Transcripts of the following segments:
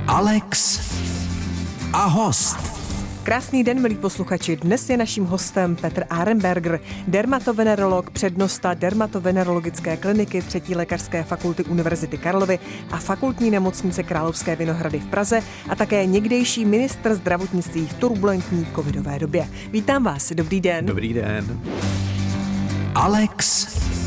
Alex a host. Krásný den, milí posluchači. Dnes je naším hostem Petr Arenberger, dermatovenerolog, přednosta dermatovenerologické kliniky 3. lékařské fakulty Univerzity Karlovy a fakultní nemocnice Královské Vinohrady v Praze a také někdejší ministr zdravotnictví v turbulentní covidové době. Vítám vás, dobrý den. Dobrý den. Alex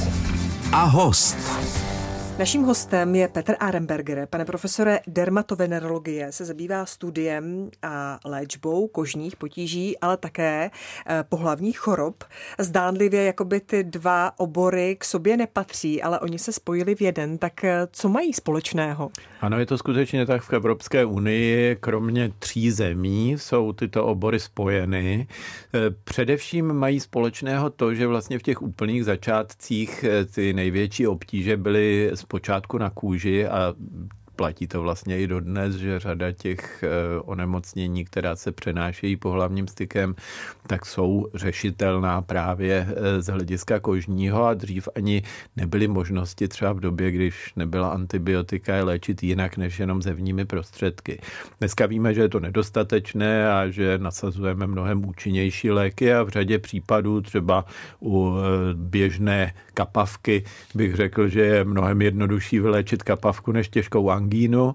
a host. Naším hostem je Petr Arenberger. Pane profesore, dermatovenerologie se zabývá studiem a léčbou kožních potíží, ale také pohlavních chorob. Zdánlivě jakoby ty dva obory k sobě nepatří, ale oni se spojili v jeden. Tak co mají společného? Ano, je to skutečně tak. V Evropské unii kromě 3 zemí jsou tyto obory spojeny. Především mají společného to, že vlastně v těch úplných začátcích ty největší obtíže byly zpočátku na kůži a platí to vlastně i dodnes, že řada těch onemocnění, která se přenášejí pohlavním stykem, tak jsou řešitelná právě z hlediska kožního a dřív ani nebyly možnosti třeba v době, když nebyla antibiotika, je léčit jinak než jenom zevními prostředky. Dneska víme, že je to nedostatečné a že nasazujeme mnohem účinnější léky a v řadě případů třeba u běžné kapavky bych řekl, že je mnohem jednodušší vyléčit kapavku než těžkou angínu,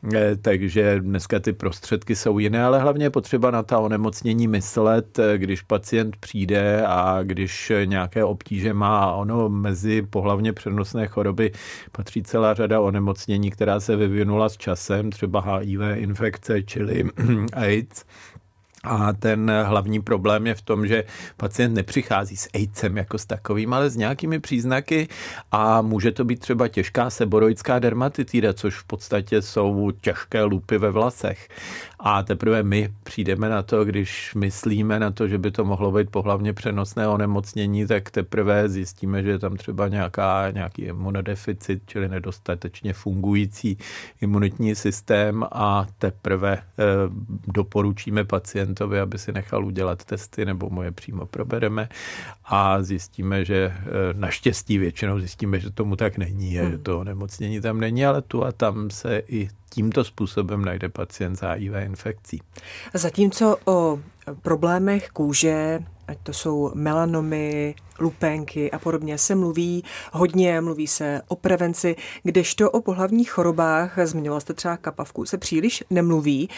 takže dneska ty prostředky jsou jiné, ale hlavně je potřeba na ta onemocnění myslet, když pacient přijde a když nějaké obtíže má. A ono mezi pohlavně přenosné choroby patří celá řada onemocnění, která se vyvinula s časem, třeba HIV infekce, čili AIDS. A ten hlavní problém je v tom, že pacient nepřichází s AIDSem jako s takovým, ale s nějakými příznaky a může to být třeba těžká seboroická dermatitida, což v podstatě jsou těžké lupy ve vlasech. A teprve my přijdeme na to, když myslíme na to, že by to mohlo být pohlavně přenosné onemocnění, tak teprve zjistíme, že je tam třeba nějaký imunodeficit, čili nedostatečně fungující imunitní systém a teprve doporučíme pacientovi, aby si nechal udělat testy, nebo mu je přímo probereme a zjistíme, že naštěstí většinou zjistíme, že tomu tak není a že to onemocnění tam není, ale tu a tam se i tímto způsobem najde pacient s HIV infekcí. Zatímco o problémech kůže, ať to jsou melanomy, lupenky a podobně, se mluví hodně, mluví se o prevenci, kdežto o pohlavních chorobách, zmiňoval jste třeba kapavku, se příliš nemluví.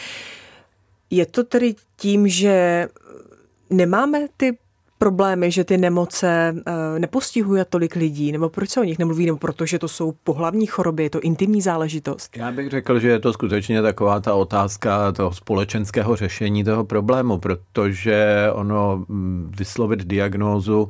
Je to tedy tím, že nemáme ty problémy, že ty nemoce nepostihují tolik lidí, nebo proč se o nich nemluví, nebo protože to jsou pohlavní choroby, je to intimní záležitost? Já bych řekl, že je to skutečně taková ta otázka toho společenského řešení toho problému, protože ono vyslovit diagnózu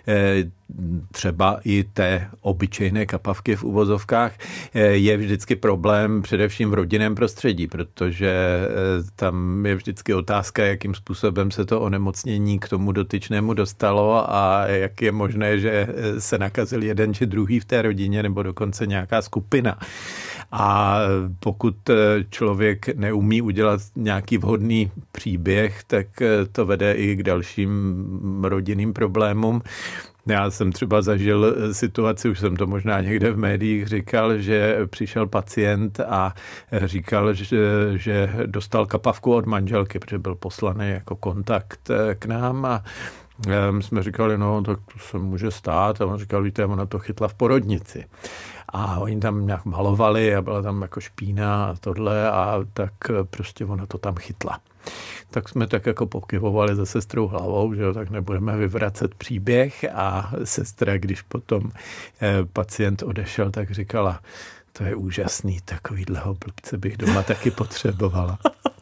třeba i té obyčejné kapavky v uvozovkách je vždycky problém především v rodinném prostředí, protože tam je vždycky otázka, jakým způsobem se to onemocnění k tomu dotyčnému dostalo a jak je možné, že se nakazil jeden či druhý v té rodině nebo dokonce nějaká skupina. A pokud člověk neumí udělat nějaký vhodný příběh, tak to vede i k dalším rodinným problémům. Já jsem třeba zažil situaci, už jsem to možná někde v médiích říkal, že přišel pacient a říkal, že dostal kapavku od manželky, protože byl poslaný jako kontakt k nám a my jsme říkali, no tak to se může stát a on říkal, víte, ona to chytla v porodnici. A oni tam nějak malovali a byla tam jako špína a tohle a tak prostě ona to tam chytla. Tak jsme tak jako pokyvovali za sestrou hlavou, že jo, tak nebudeme vyvracet příběh a sestra, když potom pacient odešel, tak říkala, to je úžasný, takovýhleho blbce bych doma taky potřebovala.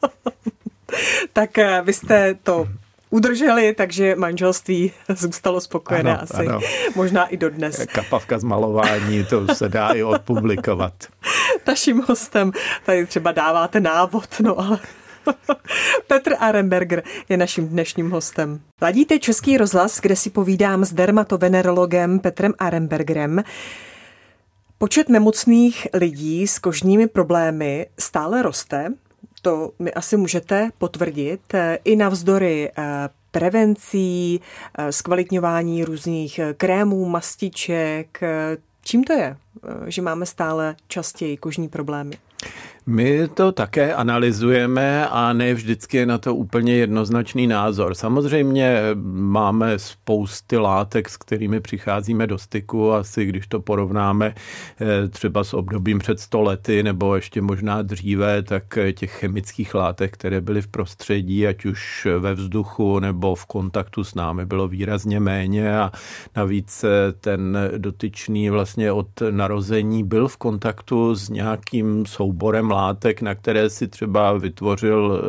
Tak vy jste to udrželi, takže manželství zůstalo spokojené asi. Ano. Možná i dodnes. Kapavka z malování, to se dá i odpublikovat. Naším hostem, tady třeba dáváte návod, no ale Petr Arenberger je naším dnešním hostem. Ladíte Český rozhlas, kde si povídám s dermatovenerologem Petrem Arenbergerem. Počet nemocných lidí s kožními problémy stále roste. To mi asi můžete potvrdit. I navzdory prevencí, zkvalitňování různých krémů, mastiček. Čím to je, že máme stále častěji kožní problémy? My to také analyzujeme a ne vždycky je na to úplně jednoznačný názor. Samozřejmě máme spousty látek, s kterými přicházíme do styku, asi když to porovnáme třeba s obdobím před 100 lety nebo ještě možná dříve, tak těch chemických látek, které byly v prostředí, ať už ve vzduchu nebo v kontaktu s námi, bylo výrazně méně a navíc ten dotyčný vlastně od narození byl v kontaktu s nějakým souborem látek, na které si třeba vytvořil,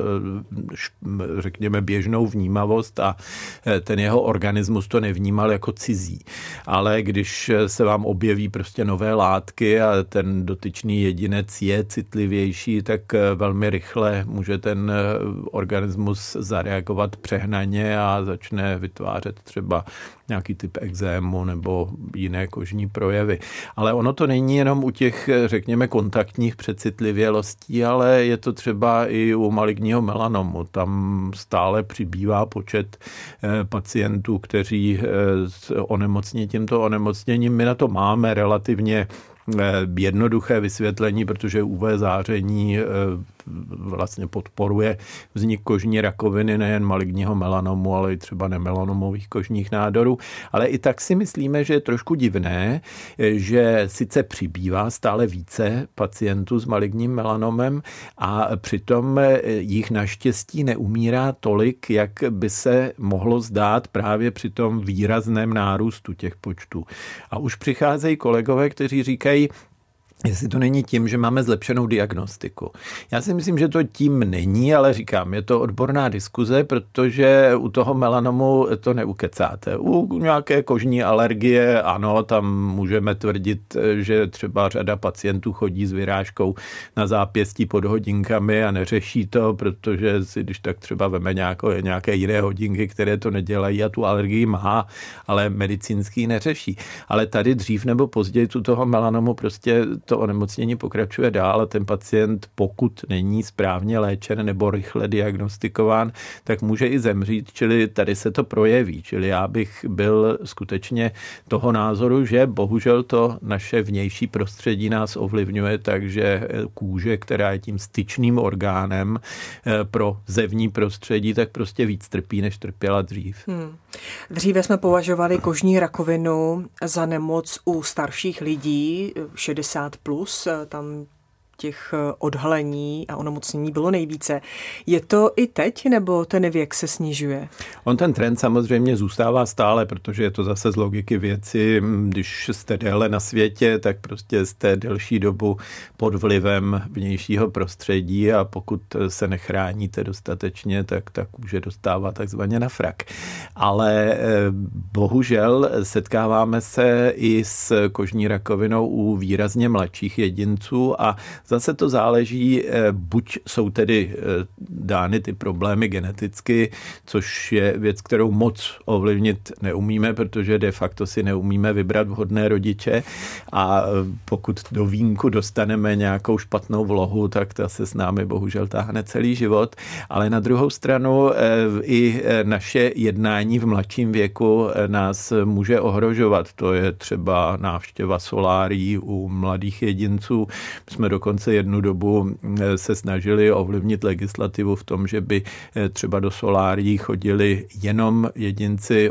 řekněme, běžnou vnímavost a ten jeho organismus to nevnímal jako cizí. Ale když se vám objeví prostě nové látky a ten dotyčný jedinec je citlivější, tak velmi rychle může ten organismus zareagovat přehnaně a začne vytvářet třeba nějaký typ ekzému nebo jiné kožní projevy. Ale ono to není jenom u těch, řekněme, kontaktních přecitlivělostí, ale je to třeba i u maligního melanomu. Tam stále přibývá počet pacientů, kteří onemocní tímto onemocněním. My na to máme relativně jednoduché vysvětlení, protože UV záření vlastně podporuje vznik kožní rakoviny, nejen maligního melanomu, ale i třeba nemelanomových kožních nádorů. Ale i tak si myslíme, že je trošku divné, že sice přibývá stále více pacientů s maligním melanomem a přitom jich naštěstí neumírá tolik, jak by se mohlo zdát právě při tom výrazném nárůstu těch počtů. A už přicházejí kolegové, kteří říkají, jestli to není tím, že máme zlepšenou diagnostiku. Já si myslím, že to tím není, ale říkám, je to odborná diskuze, protože u toho melanomu to neukecáte. U nějaké kožní alergie, ano, tam můžeme tvrdit, že třeba řada pacientů chodí s vyrážkou na zápěstí pod hodinkami a neřeší to, protože si když tak třeba veme nějaké jiné hodinky, které to nedělají a tu alergii má, ale medicínský neřeší. Ale tady dřív nebo později u toho melanomu prostě to onemocnění pokračuje dál a ten pacient, pokud není správně léčen nebo rychle diagnostikován, tak může i zemřít, čili tady se to projeví. Čili já bych byl skutečně toho názoru, že bohužel to naše vnější prostředí nás ovlivňuje, takže kůže, která je tím styčným orgánem pro zevní prostředí, tak prostě víc trpí, než trpěla dřív. Dříve jsme považovali kožní rakovinu za nemoc u starších lidí, 60+, tam těch odhalení a onemocnění bylo nejvíce. Je to i teď, nebo ten věk se snižuje? On ten trend samozřejmě zůstává stále, protože je to zase z logiky věci. Když jste déle na světě, tak prostě jste delší dobu pod vlivem vnějšího prostředí a pokud se nechráníte dostatečně, tak ta kůže dostává takzvaně na frak. Ale bohužel setkáváme se i s kožní rakovinou u výrazně mladších jedinců a zase to záleží, buď jsou tedy dány ty problémy geneticky, což je věc, kterou moc ovlivnit neumíme, protože de facto si neumíme vybrat vhodné rodiče a pokud do vínku dostaneme nějakou špatnou vlohu, tak ta se s námi bohužel táhne celý život. Ale na druhou stranu i naše jednání v mladším věku nás může ohrožovat. To je třeba návštěva solárií u mladých jedinců. Jsme dokonce jednu dobu se snažili ovlivnit legislativu v tom, že by třeba do solárií chodili jenom jedinci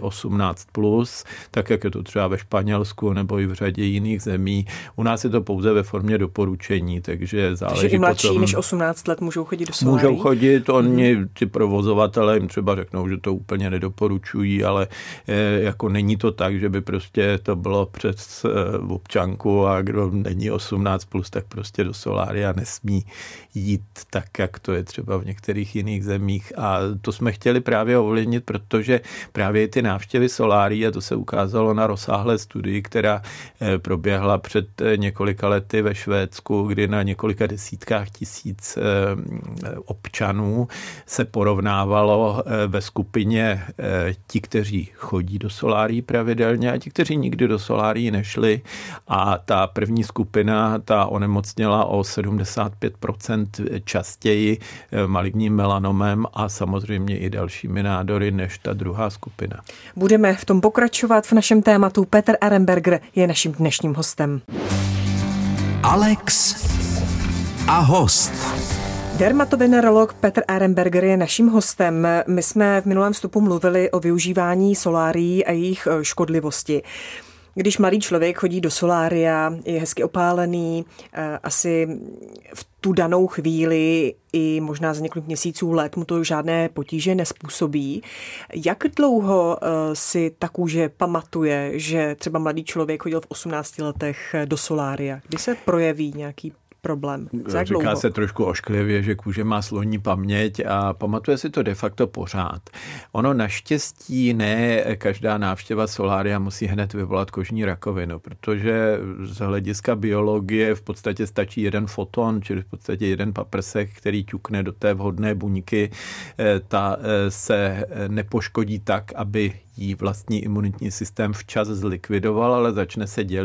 18+, tak jak je to třeba ve Španělsku nebo i v řadě jiných zemí. U nás je to pouze ve formě doporučení, takže záleží. Takže i mladší potom, než 18 let můžou chodit do solárií? Můžou chodit, oni, ty provozovatelé jim třeba řeknou, že to úplně nedoporučují, ale jako není to tak, že by prostě to bylo přes občanku a kdo není 18+, tak prostě do solária nesmí jít tak, jak to je třeba v některých jiných zemích. A to jsme chtěli právě ovlivnit, protože právě ty návštěvy solárií, a to se ukázalo na rozsáhlé studii, která proběhla před několika lety ve Švédsku, kdy na několika desítkách tisíc občanů se porovnávalo ve skupině ti, kteří chodí do solárií pravidelně a ti, kteří nikdy do solárií nešli. A ta první skupina, ta onemocněla o 75% častěji maligním melanomem a samozřejmě i dalšími nádory než ta druhá skupina. Budeme v tom pokračovat v našem tématu. Petr Arenberger je naším dnešním hostem. Alex a host. Dermatovenerolog Petr Arenberger je naším hostem. My jsme v minulém vstupu mluvili o využívání solárií a jejich škodlivosti. Když mladý člověk chodí do solária, je hezky opálený, asi v tu danou chvíli i možná za několik měsíců, let mu to žádné potíže nespůsobí. Jak dlouho si ta kůže pamatuje, že třeba mladý člověk chodil v 18 letech do solária? Kdy se projeví nějaký problém? Říká se trošku ošklivě, že kůže má sloní paměť a pamatuje si to de facto pořád. Ono naštěstí ne každá návštěva solária musí hned vyvolat kožní rakovinu, protože z hlediska biologie v podstatě stačí jeden foton, čili v podstatě jeden paprsek, který ťukne do té vhodné buňky, ta se nepoškodí tak, aby jí vlastní imunitní systém včas zlikvidoval, ale začne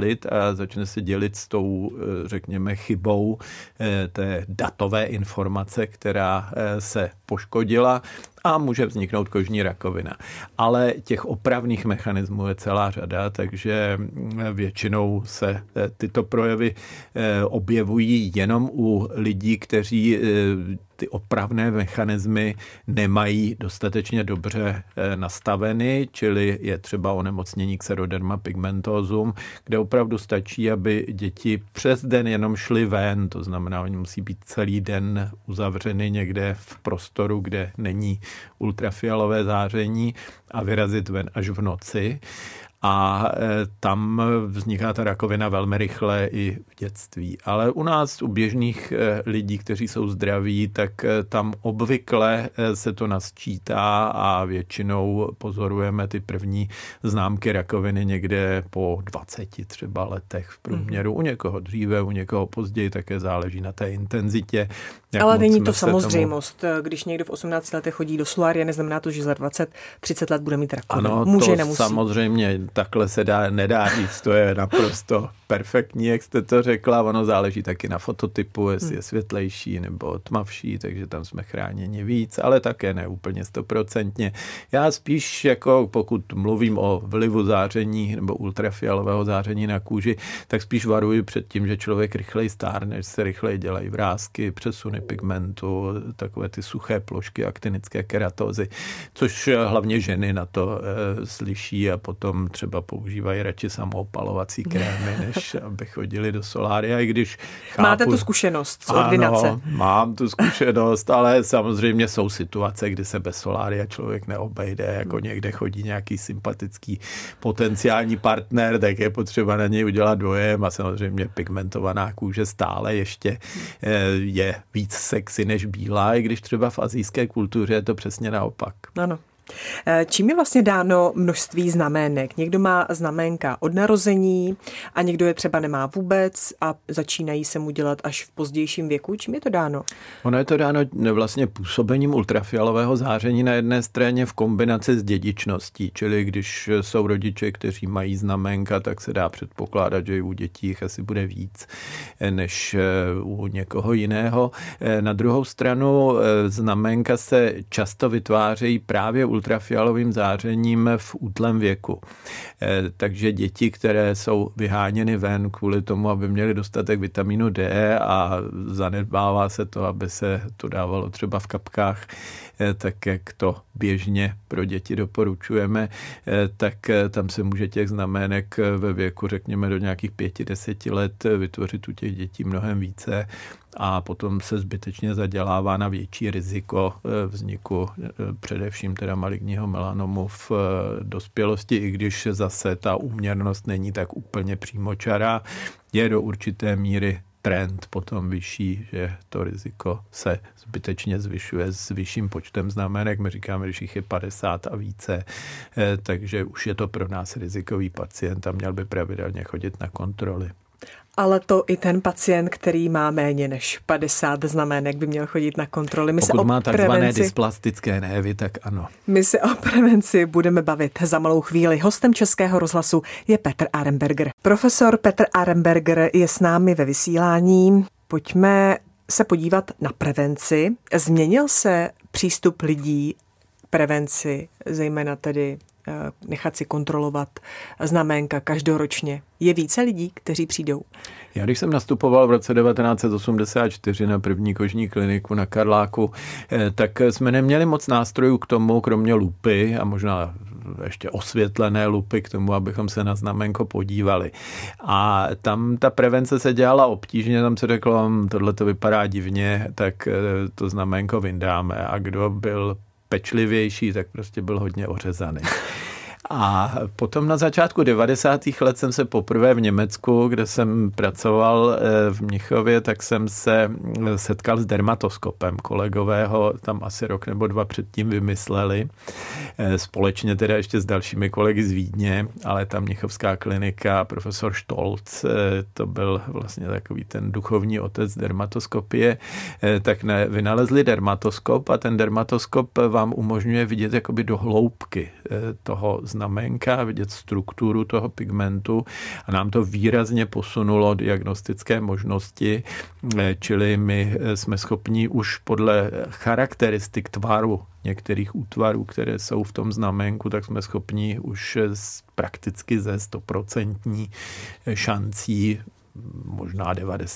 se dělit s tou, řekněme, chybou té datové informace, která se poškodila a může vzniknout kožní rakovina. Ale těch opravných mechanismů je celá řada, takže většinou se tyto projevy objevují jenom u lidí, kteří ty opravné mechanismy nemají dostatečně dobře nastaveny, čili je třeba onemocnění xeroderma pigmentosum, kde opravdu stačí, aby děti přes den jenom šly ven, to znamená, oni musí být celý den uzavřeny někde v prostoru, kde není ultrafialové záření a vyrazit ven až v noci. A tam vzniká ta rakovina velmi rychle i v dětství. Ale u nás, u běžných lidí, kteří jsou zdraví, tak tam obvykle se to nasčítá a většinou pozorujeme ty první známky rakoviny někde po 20 třeba letech v průměru. U někoho dříve, u někoho později, také záleží na té intenzitě. Ale není to samozřejmost. Když někdo v 18 letech chodí do solária, neznamená to, že za 20-30 let bude mít rakovinu. Ano, může, to nemusí. Samozřejmě takhle se nedá říct, to je naprosto perfektní, jak jste to řekla. Ono záleží taky na fototypu, jestli je světlejší nebo tmavší, takže tam jsme chráněni víc, ale také ne úplně 100%. Já spíš, jako pokud mluvím o vlivu záření nebo ultrafialového záření na kůži, tak spíš varuji před tím, že člověk rychleji stárne, že se rychleji dělají vrásky, přesuny pigmentu, takové ty suché plošky, aktinické keratózy, což hlavně ženy na to slyší a potom třeba používají radši samoopalovací krémy, než aby chodili do solária, i když chápu... Máte tu zkušenost z ordinace? Ano, mám tu zkušenost, ale samozřejmě jsou situace, kdy se bez solária člověk neobejde, jako někde chodí nějaký sympatický potenciální partner, tak je potřeba na něj udělat dojem a samozřejmě pigmentovaná kůže stále ještě je víc sexy než bílá, i když třeba v asijské kultuře je to přesně naopak. Ano. Čím je vlastně dáno množství znamének? Někdo má znaménka od narození a někdo je třeba nemá vůbec a začínají se mu dělat až v pozdějším věku. Čím je to dáno? Ono je to dáno vlastně působením ultrafialového záření na jedné straně v kombinaci s dědičností, čili když jsou rodiče, kteří mají znaménka, tak se dá předpokládat, že i u dětí jich asi bude víc než u někoho jiného. Na druhou stranu znaménka se často vytvářejí právě ultrafialovým zářením v útlém věku. Takže děti, které jsou vyháněny ven kvůli tomu, aby měly dostatek vitamínu D a zanedbává se to, aby se to dávalo třeba v kapkách, tak jak to běžně pro děti doporučujeme, tak tam se může těch znamének ve věku, řekněme, do nějakých 5-10 let vytvořit u těch dětí mnohem více a potom se zbytečně zadělává na větší riziko vzniku především teda maligního melanomu v dospělosti, i když zase ta úměrnost není tak úplně přímočará, je do určité míry trend potom vyšší, že to riziko se zbytečně zvyšuje s vyšším počtem znamenek. My říkáme, že jich je 50 a více, takže už je to pro nás rizikový pacient a měl by pravidelně chodit na kontroly. Ale to i ten pacient, který má méně než 50 znamenek, by měl chodit na kontroly. Pokud má takzvané dysplastické névy, tak ano. My se o prevenci budeme bavit za malou chvíli. Hostem Českého rozhlasu je Petr Arenberger. Profesor Petr Arenberger je s námi ve vysílání. Pojďme se podívat na prevenci. Změnil se přístup lidí k prevenci, zejména tedy nechat si kontrolovat znaménka každoročně? Je více lidí, kteří přijdou? Já když jsem nastupoval v roce 1984 na první kožní kliniku na Karláku, tak jsme neměli moc nástrojů k tomu, kromě lupy a možná ještě osvětlené lupy k tomu, abychom se na znaménko podívali. A tam ta prevence se dělala obtížně, tam se řeklo, tohle to vypadá divně, tak to znaménko vyndáme. A kdo byl pečlivější, tak prostě byl hodně ořezaný. A potom na začátku 90. let jsem se poprvé v Německu, kde jsem pracoval v Mnichově, tak jsem se setkal s dermatoskopem. Kolegové ho tam asi rok nebo dva předtím vymysleli. Společně teda ještě s dalšími kolegy z Vídně, ale ta mnichovská klinika, profesor Stolz, to byl vlastně takový ten duchovní otec dermatoskopie, tak vynalezli dermatoskop a ten dermatoskop vám umožňuje vidět jakoby do hloubky toho znaménka, vidět strukturu toho pigmentu a nám to výrazně posunulo diagnostické možnosti, čili my jsme schopni už podle charakteristik tvaru některých útvarů, které jsou v tom znaménku, tak jsme schopni už prakticky ze 100% šancí, možná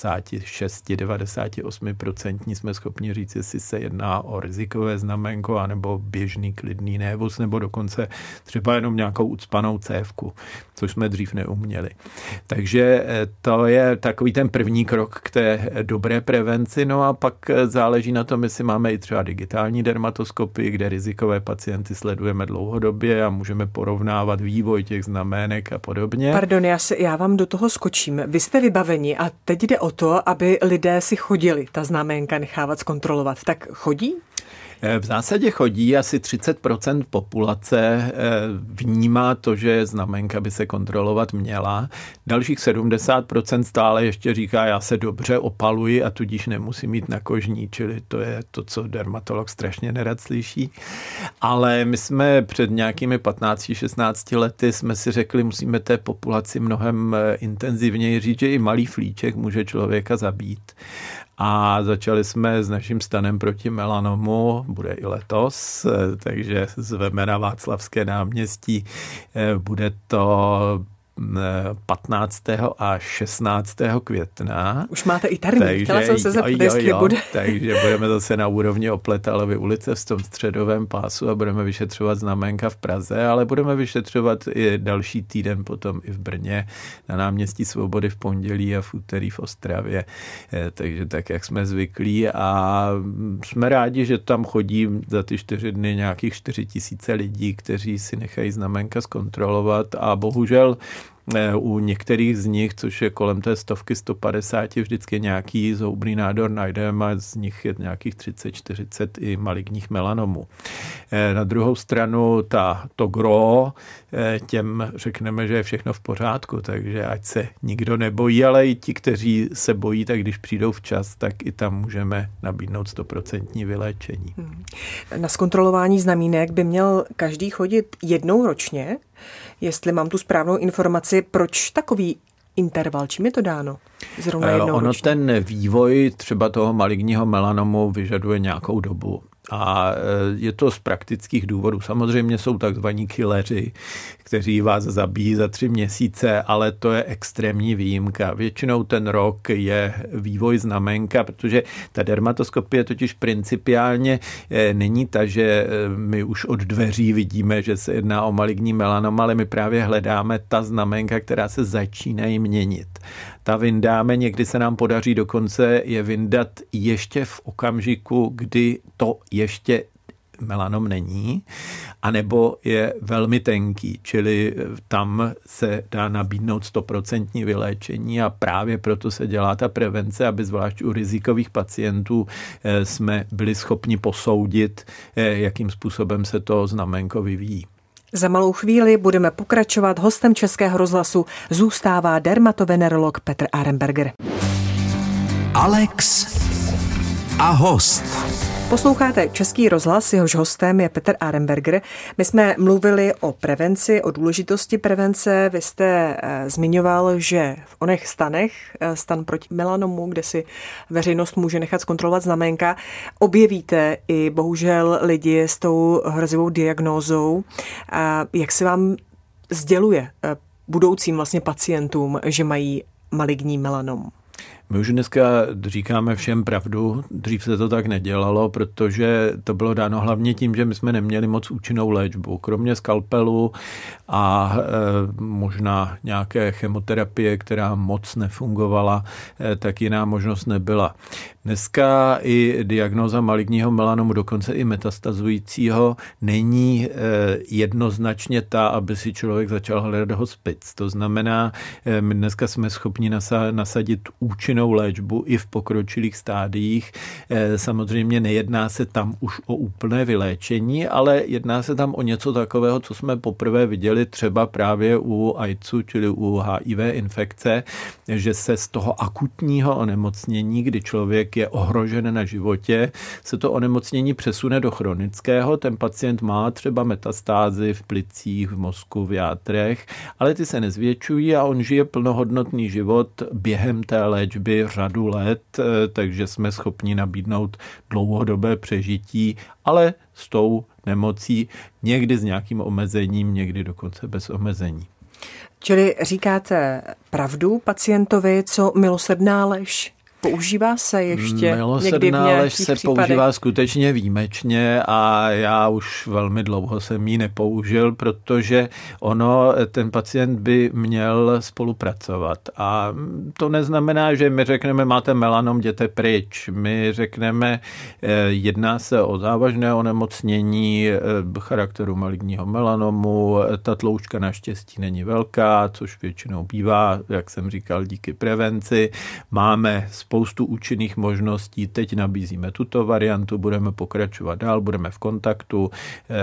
96-98% jsme schopni říct, jestli se jedná o rizikové znaménko, anebo běžný klidný névus, nebo dokonce třeba jenom nějakou ucpanou cévku, což jsme dřív neuměli. Takže to je takový ten první krok k té dobré prevenci, no a pak záleží na tom, jestli máme i třeba digitální dermatoskopy, kde rizikové pacienty sledujeme dlouhodobě a můžeme porovnávat vývoj těch znamének a podobně. Pardon, já vám do toho skočím. Vy jste vybaveni a teď jde o to, aby lidé si chodili ta znaménka nechávat zkontrolovat. Tak chodí? V zásadě chodí, asi 30% populace vnímá to, že znaménka by se kontrolovat měla. Dalších 70% stále ještě říká, já se dobře opaluji a tudíž nemusím mít na kožní, čili to je to, co dermatolog strašně nerad slyší. Ale my jsme před nějakými 15-16 lety jsme si řekli, musíme té populaci mnohem intenzivněji říct, že i malý flíček může člověka zabít. A začali jsme s naším stanem proti melanomu, bude i letos, takže zveme na Václavské náměstí, bude to 15. a 16. května. Už máte i termín, chtěla jsem se zeptat, jestli bude. Takže budeme zase na úrovni Opletalovy ulice v tom středovém pásu a budeme vyšetřovat znaménka v Praze, ale budeme vyšetřovat i další týden potom i v Brně, na náměstí Svobody v pondělí a v úterý v Ostravě. Takže tak, jak jsme zvyklí a jsme rádi, že tam chodí za ty 4 dny nějakých 4 000 lidí, kteří si nechají znaménka zkontrolovat a bohužel u některých z nich, což je kolem té 100-150, vždycky nějaký zhoubný nádor najdeme a z nich je nějakých 30-40 i maligních melanomů. Na druhou stranu to gro, těm řekneme, že je všechno v pořádku, takže ať se nikdo nebojí, ale i ti, kteří se bojí, tak když přijdou včas, tak i tam můžeme nabídnout 100% vyléčení. Na zkontrolování znamínek by měl každý chodit jednou ročně. Jestli mám tu správnou informaci, proč takový interval, čím je to dáno? Zrovna jednou ročně. Ten vývoj třeba toho maligního melanomu vyžaduje nějakou dobu. A je to z praktických důvodů. Samozřejmě jsou takzvaní killeři, kteří vás zabijí za 3 měsíce, ale to je extrémní výjimka. Většinou ten rok je vývoj znaménka, protože ta dermatoskopie totiž principiálně není ta, že my už od dveří vidíme, že se jedná o maligní melanom, ale my právě hledáme ta znaménka, která se začínají měnit. Ta vyndáme, někdy se nám podaří dokonce je vyndat ještě v okamžiku, kdy to ještě melanom není, anebo je velmi tenký, čili tam se dá nabídnout 100% vyléčení a právě proto se dělá ta prevence, aby zvlášť u rizikových pacientů jsme byli schopni posoudit, jakým způsobem se to znaménko vyvíjí. Za malou chvíli budeme pokračovat. Hostem Českého rozhlasu zůstává dermatovenerolog Petr Arenberger. Alex a host. Posloucháte Český rozhlas, jehož hostem je Petr Arenberger. My jsme mluvili o prevenci, o důležitosti prevence. Vy jste zmiňoval, že v onech stanech, stan proti melanomu, kde si veřejnost může nechat zkontrolovat znaménka, objevíte i bohužel lidi s tou hrozivou diagnózou. Jak se vám sděluje budoucím vlastně pacientům, že mají maligní melanom? My už dneska říkáme všem pravdu, dřív se to tak nedělalo, protože to bylo dáno hlavně tím, že my jsme neměli moc účinnou léčbu. Kromě skalpelu a možná nějaké chemoterapie, která moc nefungovala, tak jiná možnost nebyla. Dneska i diagnóza maligního melanomu, dokonce i metastazujícího, není jednoznačně ta, aby si člověk začal hledat hospic. To znamená, my dneska jsme schopni nasadit účinnou léčbu i v pokročilých stádiích. Samozřejmě nejedná se tam už o úplné vyléčení, ale jedná se tam o něco takového, co jsme poprvé viděli třeba právě u AIDSu, čili u HIV infekce, že se z toho akutního onemocnění, kdy člověk je ohrožen na životě, se to onemocnění přesune do chronického. Ten pacient má třeba metastázy v plicích, v mozku, v játrech, ale ty se nezvětšují a on žije plnohodnotný život během té léčby řadu let, takže jsme schopni nabídnout dlouhodobé přežití, ale s tou nemocí, někdy s nějakým omezením, někdy dokonce bez omezení. Čili říkáte pravdu pacientovi, co milosrdná lež? Používá se ještě někdy v nějakých se případech? Používá skutečně výjimečně a já už velmi dlouho jsem ji nepoužil, protože ten pacient by měl spolupracovat. A to neznamená, že my řekneme, máte melanom, jděte pryč. My řekneme, jedná se o závažné onemocnění charakteru maligního melanomu, ta tloušťka naštěstí není velká, což většinou bývá, jak jsem říkal, díky prevenci. Máme spoustu účinných možností, teď nabízíme tuto variantu, budeme pokračovat dál, budeme v kontaktu,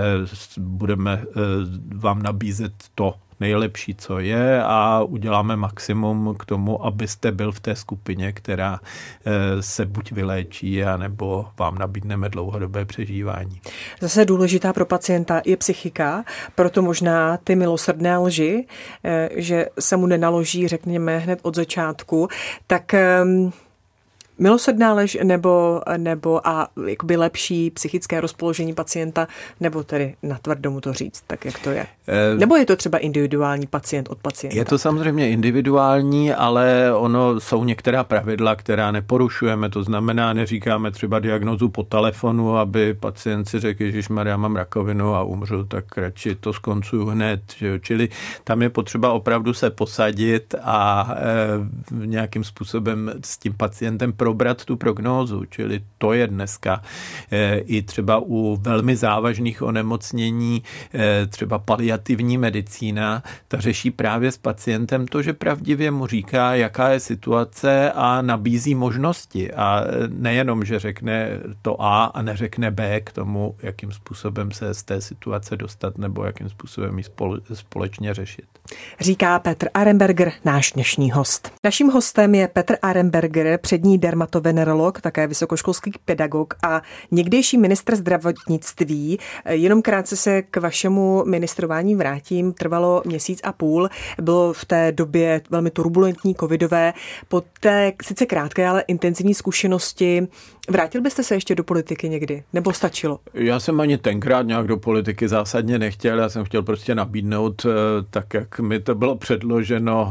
budeme vám nabízet to nejlepší, co je a uděláme maximum k tomu, abyste byl v té skupině, která se buď vyléčí, anebo vám nabídneme dlouhodobé přežívání. Zase důležitá pro pacienta je psychika, proto možná ty milosrdné lži, že se mu nenaloží, řekněme, hned od začátku, tak milosrdná lež nebo a jakoby lepší psychické rozpoložení pacienta, nebo tedy natvrdo mu to říct, tak jak to je? Nebo je to třeba individuální pacient od pacienta? Je to samozřejmě individuální, ale jsou některá pravidla, která neporušujeme, to znamená, neříkáme třeba diagnózu po telefonu, aby pacient si řekl, ježišmarja, mám rakovinu a umřu, tak radši to skoncuju hned. Že? Čili tam je potřeba opravdu se posadit a nějakým způsobem s tím pacientem probrat tu prognózu, čili to je dneska i třeba u velmi závažných onemocnění, třeba paliativní medicína, ta řeší právě s pacientem to, že pravdivě mu říká, jaká je situace a nabízí možnosti. A nejenom, že řekne to A a neřekne B k tomu, jakým způsobem se z té situace dostat nebo jakým způsobem ji společně řešit. Říká Petr Arenberger, náš dnešní host. Naším hostem je Petr Arenberger, přední dermatovenerolog, také vysokoškolský pedagog a někdejší ministr zdravotnictví. Jenom krátce se k vašemu ministrování vrátím. Trvalo 1,5 měsíce. Bylo v té době velmi turbulentní, covidové. Po té sice krátké, ale intenzivní zkušenosti vrátil byste se ještě do politiky někdy? Nebo stačilo? Já jsem ani tenkrát nějak do politiky zásadně nechtěl. Já jsem chtěl prostě nabídnout, tak jak mi to bylo předloženo,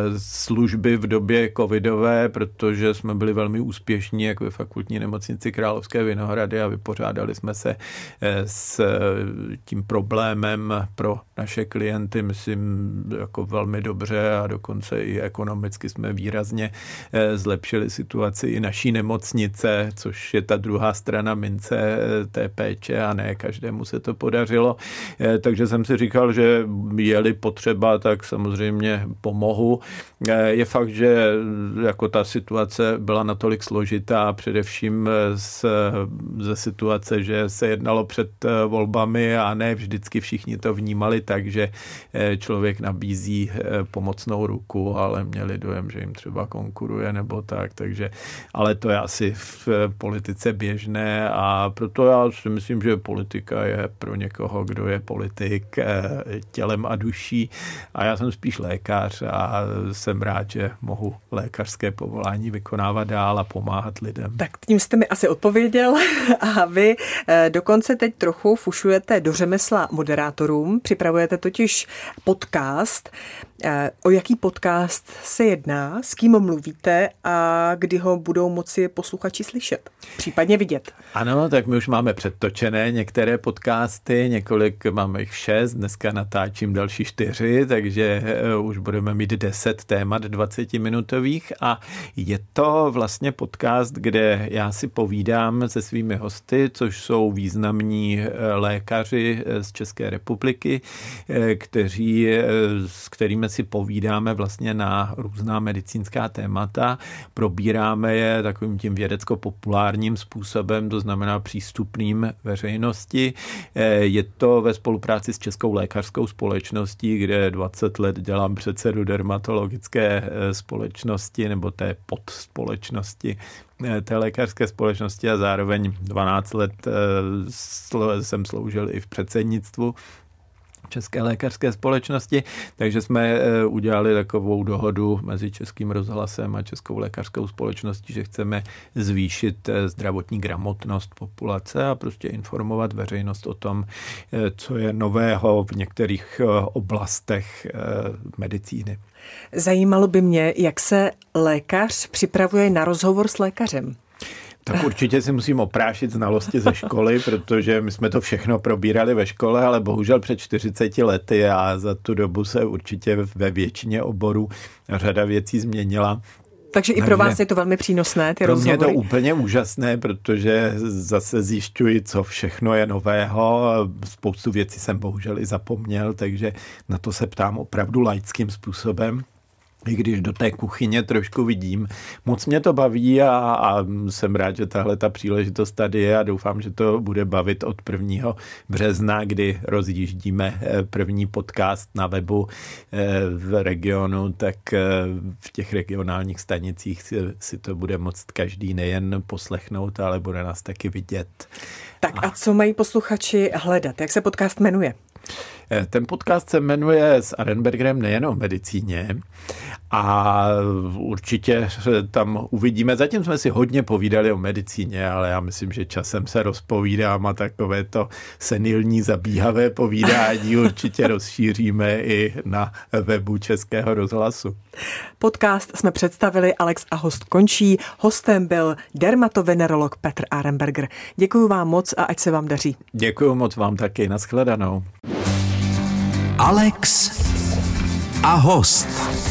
služby v době covidové, protože jsme byli velmi úspěšní jak ve fakultní nemocnici Královské Vinohrady a vypořádali jsme se s tím problémem pro naše klienty, myslím, jako velmi dobře a dokonce i ekonomicky jsme výrazně zlepšili situaci i naší nemocnice, což je ta druhá strana mince té péče a ne každému se to podařilo. Takže jsem si říkal, že je-li potřeba, tak samozřejmě pomohu. Je fakt, že jako ta situace byla natolik natolik složitá, především ze situace, že se jednalo před volbami a ne vždycky všichni to vnímali tak, že člověk nabízí pomocnou ruku, ale měli dojem, že jim třeba konkuruje nebo tak, takže, ale to je asi v politice běžné a proto já si myslím, že politika je pro někoho, kdo je politik tělem a duší a já jsem spíš lékař a jsem rád, že mohu lékařské povolání vykonávat dál a pomáhat lidem. Tak tím jste mi asi odpověděl a vy dokonce teď trochu fušujete do řemesla moderátorům, připravujete totiž podcast. O jaký podcast se jedná, s kým mluvíte a kdy ho budou moci posluchači slyšet, případně vidět? Ano, tak my už máme předtočené některé podcasty, máme jich 6, dneska natáčím další 4, takže už budeme mít 10 témat 20-minutových a je to vlastně podcast, kde já si povídám se svými hosty, což jsou významní lékaři z České republiky, s kterými si povídáme vlastně na různá medicínská témata, probíráme je takovým tím vědecko-populárním způsobem, to znamená přístupným veřejnosti. Je to ve spolupráci s Českou lékařskou společností, kde 20 let dělám předsedu dermatologické společnosti nebo té podspolečnosti té lékařské společnosti a zároveň 12 let jsem sloužil i v předsednictvu České lékařské společnosti, takže jsme udělali takovou dohodu mezi Českým rozhlasem a Českou lékařskou společností, že chceme zvýšit zdravotní gramotnost populace a prostě informovat veřejnost o tom, co je nového v některých oblastech medicíny. Zajímalo by mě, jak se lékař připravuje na rozhovor s lékařem. Tak určitě si musím oprášit znalosti ze školy, protože my jsme to všechno probírali ve škole, ale bohužel před 40 lety a za tu dobu se určitě ve většině oborů řada věcí změnila. Takže i pro vás je to velmi přínosné, ty rozhovory? Pro mě je to úplně úžasné, protože zase zjišťuji, co všechno je nového. Spoustu věcí jsem bohužel i zapomněl, takže na to se ptám opravdu laickým způsobem. I když do té kuchyně trošku vidím. Moc mě to baví a jsem rád, že tahle ta příležitost tady je a doufám, že to bude bavit od 1. března, kdy rozjíždíme první podcast na webu v regionu, tak v těch regionálních stanicích si to bude moct každý nejen poslechnout, ale bude nás taky vidět. Tak a co mají posluchači hledat? Jak se podcast jmenuje? Ten podcast se jmenuje S Arenbergerem nejen o medicíně a určitě tam uvidíme. Zatím jsme si hodně povídali o medicíně, ale já myslím, že časem se rozpovídám a takové to senilní zabíhavé povídání určitě rozšíříme i na webu Českého rozhlasu. Podcast jsme představili, Alex a host končí. Hostem byl dermatovenerolog Petr Arenberger. Děkuji vám moc a ať se vám daří. Děkuji moc vám taky. Nashledanou. Alex a host.